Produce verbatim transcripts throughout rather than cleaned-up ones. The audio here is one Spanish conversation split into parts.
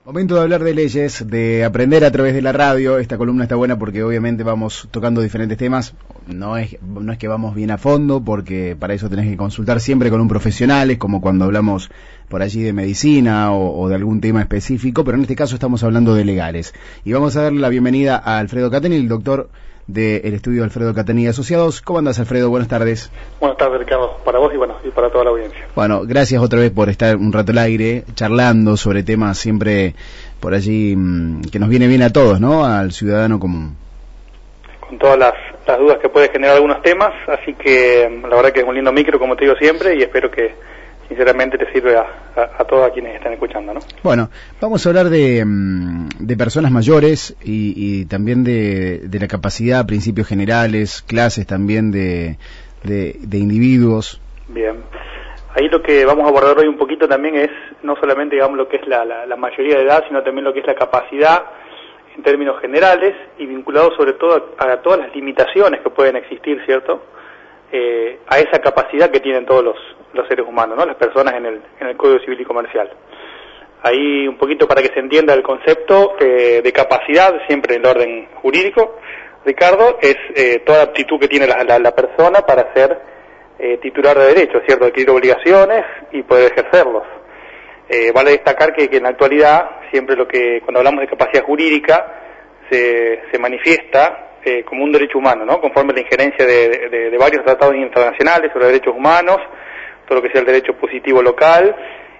Momento de hablar de leyes, de aprender a través de la radio. Esta columna está buena porque obviamente vamos tocando diferentes temas. No es, no es que vamos bien a fondo, porque para eso tenés que consultar siempre con un profesional, es como cuando hablamos por allí de medicina o, o de algún tema específico, pero en este caso estamos hablando de legales. Y vamos a darle la bienvenida a Alfredo Cateni, el doctor del estudio Alfredo Cateni y Asociados. ¿Cómo andás, Alfredo? Buenas tardes. Buenas tardes, Ricardo, para vos y bueno, y para toda la audiencia. Bueno, gracias otra vez por estar un rato al aire, charlando sobre temas siempre por allí mmm, que nos viene bien a todos, ¿no? Al ciudadano común. Con todas las, las dudas que puede generar algunos temas, así que la verdad que es un lindo micro, como te digo siempre, y espero que sinceramente te sirve a, a, a todos quienes están escuchando, ¿no? Bueno, vamos a hablar de, de personas mayores y, y también de, de la capacidad, principios generales, clases también de, de, de individuos. Bien, ahí lo que vamos a abordar hoy un poquito también es no solamente, digamos, lo que es la, la, la mayoría de edad, sino también lo que es la capacidad en términos generales y vinculado sobre todo a, a todas las limitaciones que pueden existir, ¿cierto?, eh, a esa capacidad que tienen todos los los seres humanos, ¿no? Las personas en el, en el Código Civil y Comercial. Ahí un poquito para que se entienda el concepto eh, de capacidad, siempre en el orden jurídico, Ricardo, es eh, toda aptitud que tiene la, la, la persona para ser eh, titular de derechos, ¿cierto? Adquirir obligaciones y poder ejercerlos. Eh, vale destacar que, que en la actualidad, siempre lo que, cuando hablamos de capacidad jurídica, se, se manifiesta eh, como un derecho humano, ¿no? Conforme a la injerencia de, de, de varios tratados internacionales sobre derechos humanos, todo lo que sea el derecho positivo local,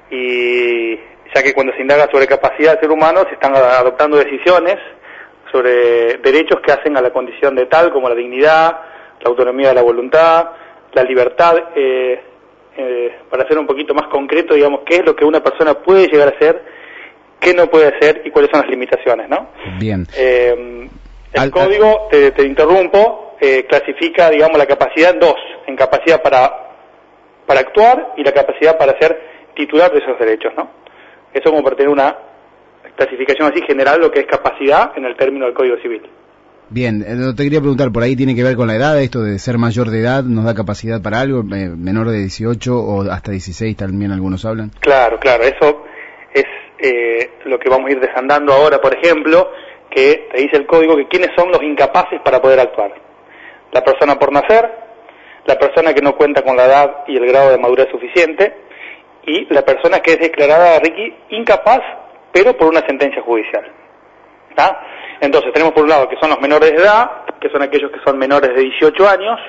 y ya que cuando se indaga sobre capacidad del ser humano se están adoptando decisiones sobre derechos que hacen a la condición de tal como la dignidad, la autonomía de la voluntad, la libertad, eh, eh, para ser un poquito más concreto, digamos, qué es lo que una persona puede llegar a ser, qué no puede hacer y cuáles son las limitaciones, ¿no? Bien. Eh, el al, código, al... Te, te interrumpo, eh, clasifica, digamos, la capacidad en dos, en capacidad para para actuar y la capacidad para ser titular de esos derechos, ¿no? Eso como para tener una clasificación así general, lo que es capacidad en el término del Código Civil. Bien, eh, te quería preguntar, ¿por ahí tiene que ver con la edad, esto de ser mayor de edad, nos da capacidad para algo, eh, menor de dieciocho o hasta dieciséis también algunos hablan? Claro, claro, eso es eh, lo que vamos a ir desandando ahora, por ejemplo, que te dice el Código que quiénes son los incapaces para poder actuar. La persona por nacer, la persona que no cuenta con la edad y el grado de madurez suficiente, y la persona que es declarada, Ricky, incapaz, pero por una sentencia judicial. ¿Está? Entonces tenemos por un lado que son los menores de edad, que son aquellos que son menores de dieciocho años,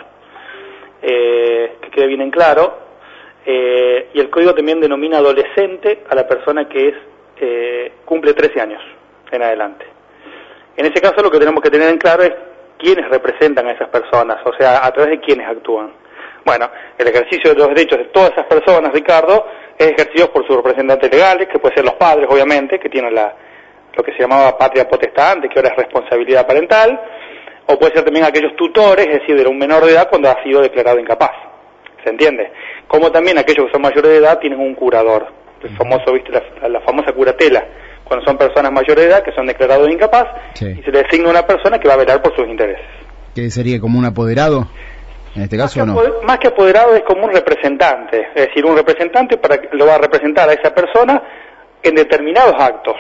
eh, que quede bien en claro, eh, y el Código también denomina adolescente a la persona que es eh, cumple trece años en adelante. En ese caso lo que tenemos que tener en claro es quiénes representan a esas personas, o sea, a través de quiénes actúan. Bueno, el ejercicio de los derechos de todas esas personas, Ricardo, es ejercido por sus representantes legales, que pueden ser los padres, obviamente, que tienen la, lo que se llamaba patria potestad antes, que ahora es responsabilidad parental, o puede ser también aquellos tutores, es decir, de un menor de edad cuando ha sido declarado incapaz. ¿Se entiende? Como también aquellos que son mayores de edad tienen un curador, el famoso, viste, la, la famosa curatela, cuando son personas mayores de edad que son declarados incapaz, sí, y se le asigna una persona que va a velar por sus intereses. ¿Qué sería, como un apoderado en este caso o no? Apoder, más que apoderado es como un representante, es decir, un representante para lo va a representar a esa persona en determinados actos,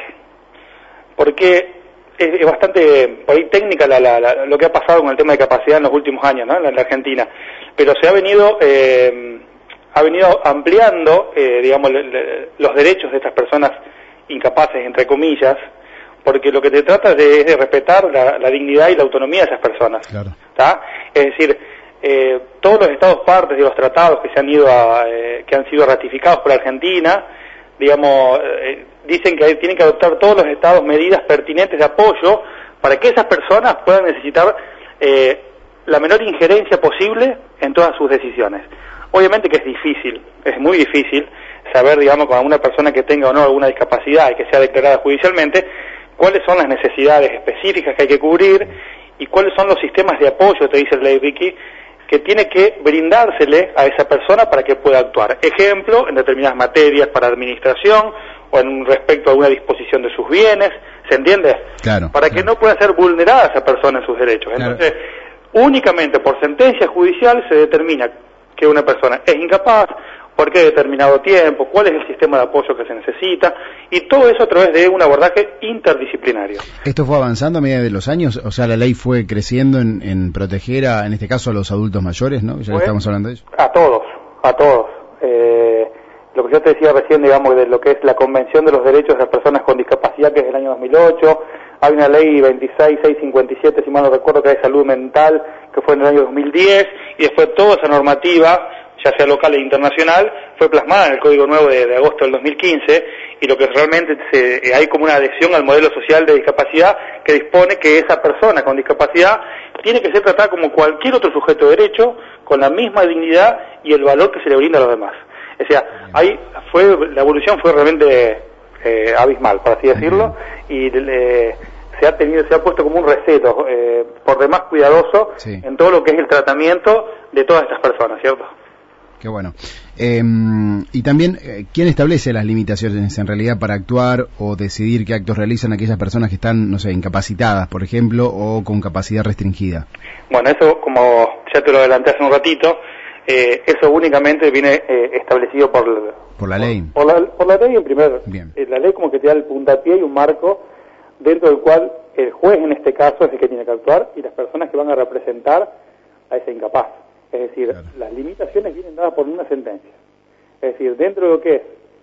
porque es, es bastante por ahí técnica la, la, la, lo que ha pasado con el tema de capacidad en los últimos años, ¿no?, en la, en la Argentina, pero se ha venido eh, ha venido ampliando, eh, digamos, le, le, los derechos de estas personas incapaces, entre comillas, porque lo que te trata de, es de respetar la, la dignidad y la autonomía de esas personas. Claro. ¿Tá? Es decir, eh, todos los estados partes de los tratados que se han ido a, eh, que han sido ratificados por Argentina, digamos, eh, dicen que tienen que adoptar todos los estados medidas pertinentes de apoyo para que esas personas puedan necesitar eh, la menor injerencia posible en todas sus decisiones. Obviamente que es difícil, es muy difícil saber, digamos, con alguna persona que tenga o no alguna discapacidad y que sea declarada judicialmente, cuáles son las necesidades específicas que hay que cubrir y cuáles son los sistemas de apoyo, te dice el ley Vicky, que tiene que brindársele a esa persona para que pueda actuar. Ejemplo, en determinadas materias para administración o en respecto a alguna disposición de sus bienes, ¿se entiende? Claro. Para que claro. no pueda ser vulnerada esa persona en sus derechos. Entonces, claro. únicamente por sentencia judicial se determina que una persona es incapaz por qué determinado tiempo, cuál es el sistema de apoyo que se necesita, y todo eso a través de un abordaje interdisciplinario. ¿Esto fue avanzando a medida de los años? O sea, la ley fue creciendo en, en proteger, a, en este caso, a los adultos mayores, ¿no? Ya Pues, estamos hablando de ello. A todos, a todos. Eh, lo que yo te decía recién, digamos, de lo que es la Convención de los Derechos de las Personas con Discapacidad, que es del año dos mil ocho, hay una ley veintiséis mil seiscientos cincuenta y siete, si mal no recuerdo, que es de salud mental, que fue en el año dos mil diez, y después toda esa normativa, ya sea local e internacional, fue plasmada en el Código Nuevo de, de agosto del dos mil quince, y lo que realmente se, hay como una adhesión al modelo social de discapacidad que dispone que esa persona con discapacidad tiene que ser tratada como cualquier otro sujeto de derecho, con la misma dignidad y el valor que se le brinda a los demás. O sea, ahí fue, la evolución fue realmente eh, abismal, por así decirlo, y eh, se ha tenido, se ha puesto como un receto, eh, por demás cuidadoso, sí, en todo lo que es el tratamiento de todas estas personas, ¿cierto? Qué bueno. Eh, y también, eh, ¿quién establece las limitaciones en realidad para actuar o decidir qué actos realizan aquellas personas que están, no sé, incapacitadas, por ejemplo, o con capacidad restringida? Bueno, eso, como ya te lo adelanté hace un ratito, eh, eso únicamente viene eh, establecido por, por la ley. Por, por, la, por la ley, en primer Bien. Eh, la ley como que te da el puntapié y un marco dentro del cual el juez, en este caso, es el que tiene que actuar, y las personas que van a representar a ese incapaz. Es decir, claro, las limitaciones vienen dadas por una sentencia. Es decir, dentro de lo que es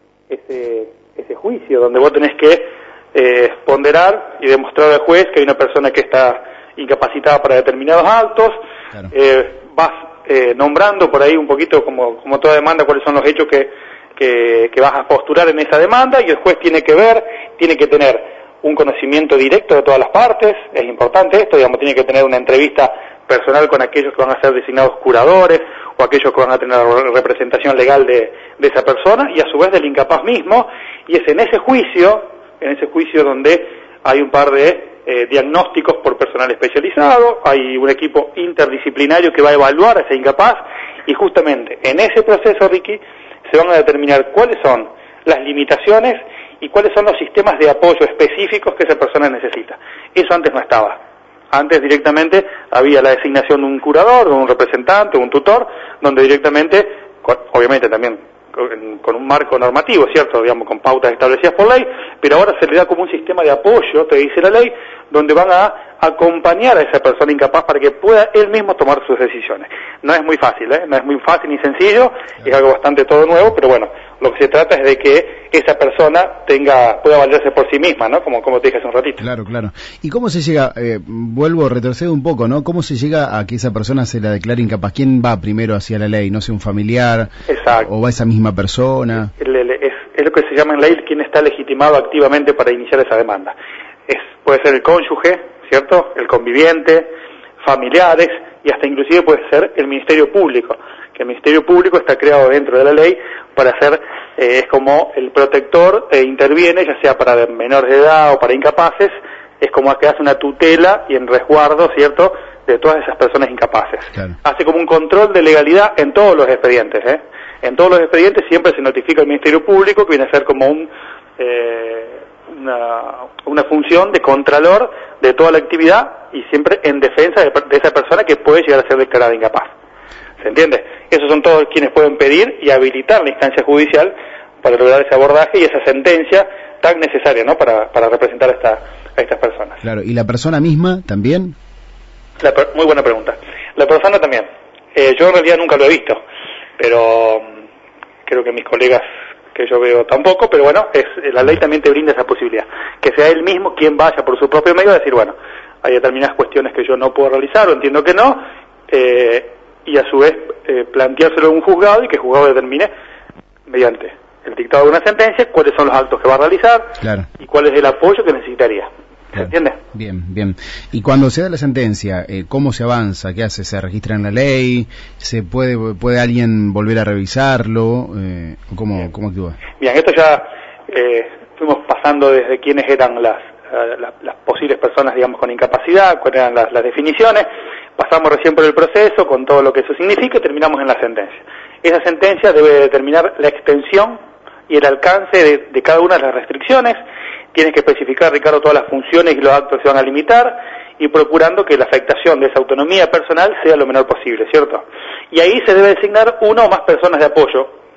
ese, ese juicio donde vos tenés que eh, ponderar y demostrar al juez que hay una persona que está incapacitada para determinados actos, claro, eh, vas eh, nombrando por ahí un poquito, como, como toda demanda, cuáles son los hechos que, que, que vas a postular en esa demanda, y el juez tiene que ver, tiene que tener un conocimiento directo de todas las partes, es importante esto, digamos, tiene que tener una entrevista personal con aquellos que van a ser designados curadores o aquellos que van a tener representación legal de, de esa persona, y a su vez del incapaz mismo, y es en ese juicio, en ese juicio donde hay un par de eh, diagnósticos por personal especializado, hay un equipo interdisciplinario que va a evaluar a ese incapaz, y justamente en ese proceso, Ricky, se van a determinar cuáles son las limitaciones y cuáles son los sistemas de apoyo específicos que esa persona necesita. Eso antes no estaba. Antes directamente había la designación de un curador, de un representante, un tutor, donde directamente, obviamente también con un marco normativo, ¿cierto?, digamos, con pautas establecidas por ley, pero ahora se le da como un sistema de apoyo, te dice la ley, donde van a acompañar a esa persona incapaz para que pueda él mismo tomar sus decisiones. No es muy fácil, ¿eh? No es muy fácil ni sencillo, es algo bastante todo nuevo, pero bueno, lo que se trata es de que esa persona tenga, pueda valerse por sí misma, ¿no? Como, como te dije hace un ratito. Claro, claro. ¿Y cómo se llega, eh, vuelvo, retrocedo un poco, ¿no? ¿Cómo se llega a que esa persona se la declare incapaz? ¿Quién va primero hacia la ley? No sé, un familiar. Exacto. ¿O va esa misma persona? Es, es, es lo que se llama en ley quien está legitimado activamente para iniciar esa demanda. Es, puede ser el cónyuge, ¿cierto?, el conviviente, familiares, y hasta inclusive puede ser el Ministerio Público, que el Ministerio Público está creado dentro de la ley para ser, eh, es como el protector, eh, interviene, ya sea para menores de edad o para incapaces, es como que hace una tutela y en resguardo, ¿cierto?, de todas esas personas incapaces. Claro. Hace como un control de legalidad en todos los expedientes, ¿eh? En todos los expedientes siempre se notifica al Ministerio Público, que viene a ser como un... Eh, Una, una función de contralor de toda la actividad, y siempre en defensa de, de esa persona que puede llegar a ser declarada incapaz. ¿Se entiende? Esos son todos quienes pueden pedir y habilitar la instancia judicial para lograr ese abordaje y esa sentencia tan necesaria, ¿no?, para, para representar a, esta, a estas personas. Claro, ¿y la persona misma también? La, muy buena pregunta. La persona también. Eh, yo en realidad nunca lo he visto, pero creo que mis colegas que yo veo tampoco, pero bueno, es, la ley también te brinda esa posibilidad, que sea él mismo quien vaya por su propio medio a decir, bueno, hay determinadas cuestiones que yo no puedo realizar o entiendo que no, eh, y a su vez eh, planteárselo en un juzgado y que el juzgado determine, mediante el dictado de una sentencia, cuáles son los actos que va a realizar, claro, y cuál es el apoyo que necesitaría. ¿Se entiende? Bien, bien. Y cuando se da la sentencia, eh, ¿cómo se avanza? ¿Qué hace? ¿Se registra en la ley? ¿Se puede puede alguien volver a revisarlo? Eh, ¿Cómo, cómo actúa? Bien, esto ya eh, fuimos pasando desde quiénes eran las, las, las posibles personas, digamos, con incapacidad, cuáles eran las, las definiciones, pasamos recién por el proceso con todo lo que eso significa y terminamos en la sentencia. Esa sentencia debe determinar la extensión y el alcance de, de cada una de las restricciones. Tienes que especificar, Ricardo, todas las funciones y los actos que se van a limitar, y procurando que la afectación de esa autonomía personal sea lo menor posible, ¿cierto? Y ahí se debe designar una o más personas de apoyo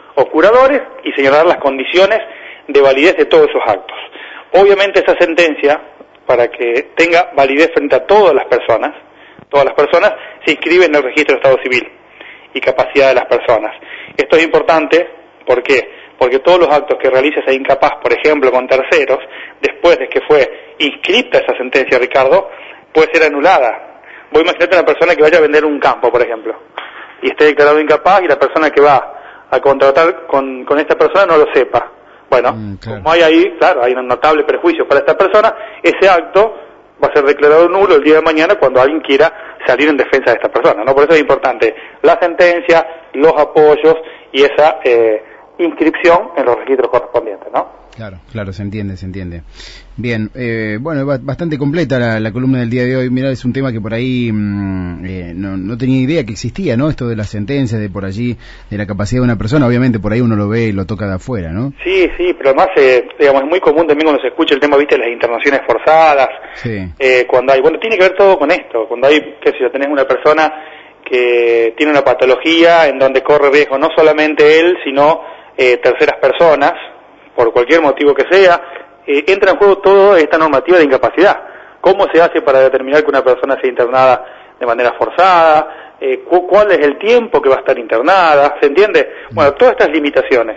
o curadores y señalar las condiciones de validez de todos esos actos. Obviamente esa sentencia, para que tenga validez frente a todas las personas, todas las personas se inscriben en el registro de Estado Civil y capacidad de las personas. Esto es importante, ¿por qué? Porque todos los actos que realice esa incapaz, por ejemplo, con terceros, después de que fue inscripta esa sentencia, Ricardo, puede ser anulada. Voy a imaginarte una persona que vaya a vender un campo, por ejemplo, y esté declarado incapaz y la persona que va a contratar con, con esta persona no lo sepa. Bueno, mm, claro. Como hay ahí, claro, hay un notable perjuicio para esta persona, ese acto va a ser declarado nulo el día de mañana cuando alguien quiera salir en defensa de esta persona, ¿no? Por eso es importante la sentencia, los apoyos y esa eh, inscripción en los registros correspondientes, ¿no? Claro, claro, se entiende, se entiende. Bien, eh, bueno, bastante completa la, la columna del día de hoy. Mirá, es un tema que por ahí mmm, eh, no, no tenía idea que existía, ¿no? Esto de las sentencias, de por allí, de la capacidad de una persona. Obviamente por ahí uno lo ve y lo toca de afuera, ¿no? Sí, sí, pero además, eh, digamos, es muy común también cuando se escucha el tema, viste, de las internaciones forzadas. Sí. Eh, cuando hay, bueno, tiene que ver todo con esto. Cuando hay, qué sé yo, tenés una persona que tiene una patología en donde corre riesgo no solamente él, sino eh, terceras personas, por cualquier motivo que sea, eh, entra en juego toda esta normativa de incapacidad. ¿Cómo se hace para determinar que una persona sea internada de manera forzada? Eh, cu ¿Cuál es el tiempo que va a estar internada? ¿Se entiende? Bueno, todas estas limitaciones.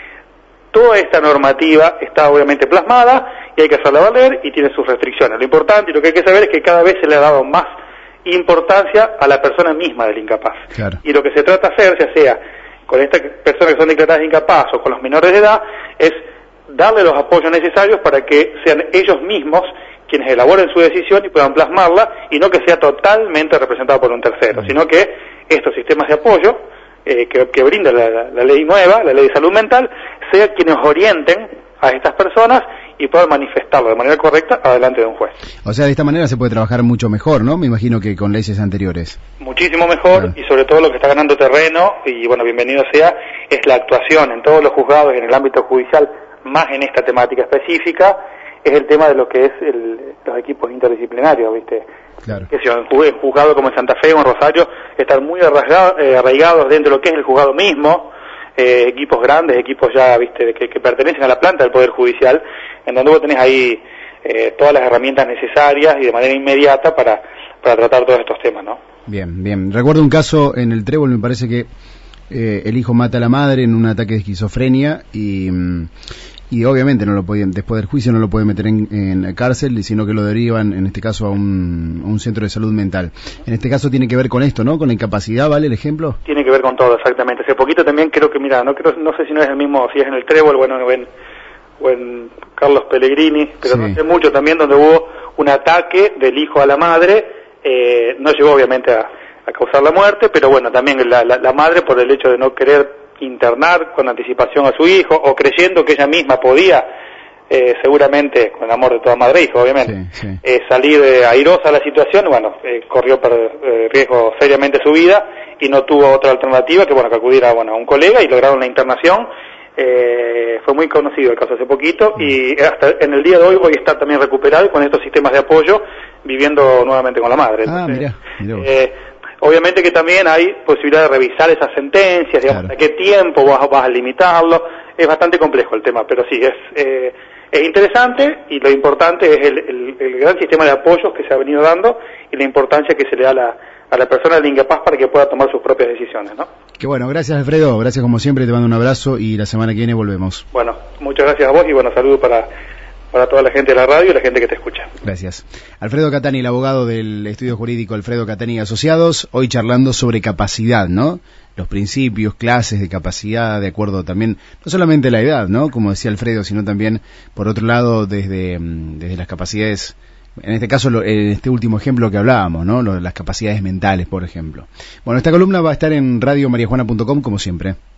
Toda esta normativa está obviamente plasmada y hay que hacerla valer y tiene sus restricciones. Lo importante y lo que hay que saber es que cada vez se le ha dado más importancia a la persona misma del incapaz. Claro. Y lo que se trata de hacer, ya sea con estas personas que son declaradas incapaz o con los menores de edad, es darle los apoyos necesarios para que sean ellos mismos quienes elaboren su decisión y puedan plasmarla, y no que sea totalmente representado por un tercero, sino que estos sistemas de apoyo eh, que, que brinda la, la ley nueva, la ley de salud mental, sean quienes orienten a estas personas y puedan manifestarlo de manera correcta adelante de un juez. O sea, de esta manera se puede trabajar mucho mejor, ¿no? Me imagino que con leyes anteriores. Muchísimo mejor, claro. Y sobre todo lo que está ganando terreno, y bueno, bienvenido sea, es la actuación en todos los juzgados y en el ámbito judicial, más en esta temática específica, es el tema de lo que es el, los equipos interdisciplinarios, ¿viste? Claro. Que si en un juzgado como en Santa Fe o en Rosario están muy arraigados, eh, arraigados dentro de lo que es el juzgado mismo, eh, equipos grandes, equipos ya, ¿viste?, que, que pertenecen a la planta del Poder Judicial, en donde vos tenés ahí eh, todas las herramientas necesarias y de manera inmediata para, para tratar todos estos temas, ¿no? Bien, bien. Recuerdo un caso en el Trébol, me parece que eh, el hijo mata a la madre en un ataque de esquizofrenia y... Mm, y obviamente no lo podían, después del juicio no lo pueden meter en, en la cárcel, sino que lo derivan, en este caso, a un, a un centro de salud mental. En este caso tiene que ver con esto, ¿no? Con la incapacidad, ¿vale el ejemplo? Tiene que ver con todo, exactamente. Hace poquito también creo que, mira, no creo, no sé si no es el mismo, si es en el Trébol, bueno, o en, o en Carlos Pellegrini, pero sí. No sé mucho también, donde hubo un ataque del hijo a la madre, eh, no llegó obviamente a, a causar la muerte, pero bueno, también la, la, la madre por el hecho de no querer internar con anticipación a su hijo, o creyendo que ella misma podía, eh, seguramente, con el amor de toda madre e hijo, obviamente, sí, sí. Eh, salir eh, airosa a la situación, bueno, eh, corrió por eh, riesgo seriamente su vida, y no tuvo otra alternativa que, bueno, que acudir a, bueno, a un colega, y lograron la internación. Eh, fue muy conocido el caso hace poquito, mm. y hasta en el día de hoy, hoy está también recuperado, y con estos sistemas de apoyo, viviendo nuevamente con la madre. Ah, Entonces, mirá, mirá eh, obviamente que también hay posibilidad de revisar esas sentencias, digamos, claro. ¿A qué tiempo vas, vas a limitarlo? Es bastante complejo el tema, pero sí, es eh, es interesante, y lo importante es el, el, el gran sistema de apoyos que se ha venido dando y la importancia que se le da a la, a la persona del incapaz para que pueda tomar sus propias decisiones, ¿no? Qué bueno, gracias Alfredo, gracias como siempre, te mando un abrazo y la semana que viene volvemos. Bueno, muchas gracias a vos y bueno, saludos para... para toda la gente de la radio y la gente que te escucha. Gracias. Alfredo Catani, el abogado del estudio jurídico Alfredo Catani y Asociados, hoy charlando sobre capacidad, ¿no? Los principios, clases de capacidad, de acuerdo también, no solamente la edad, ¿no? Como decía Alfredo, sino también, por otro lado, desde, desde las capacidades, en este caso, en este último ejemplo que hablábamos, ¿no? Las capacidades mentales, por ejemplo. Bueno, esta columna va a estar en radio maría juana punto com, como siempre.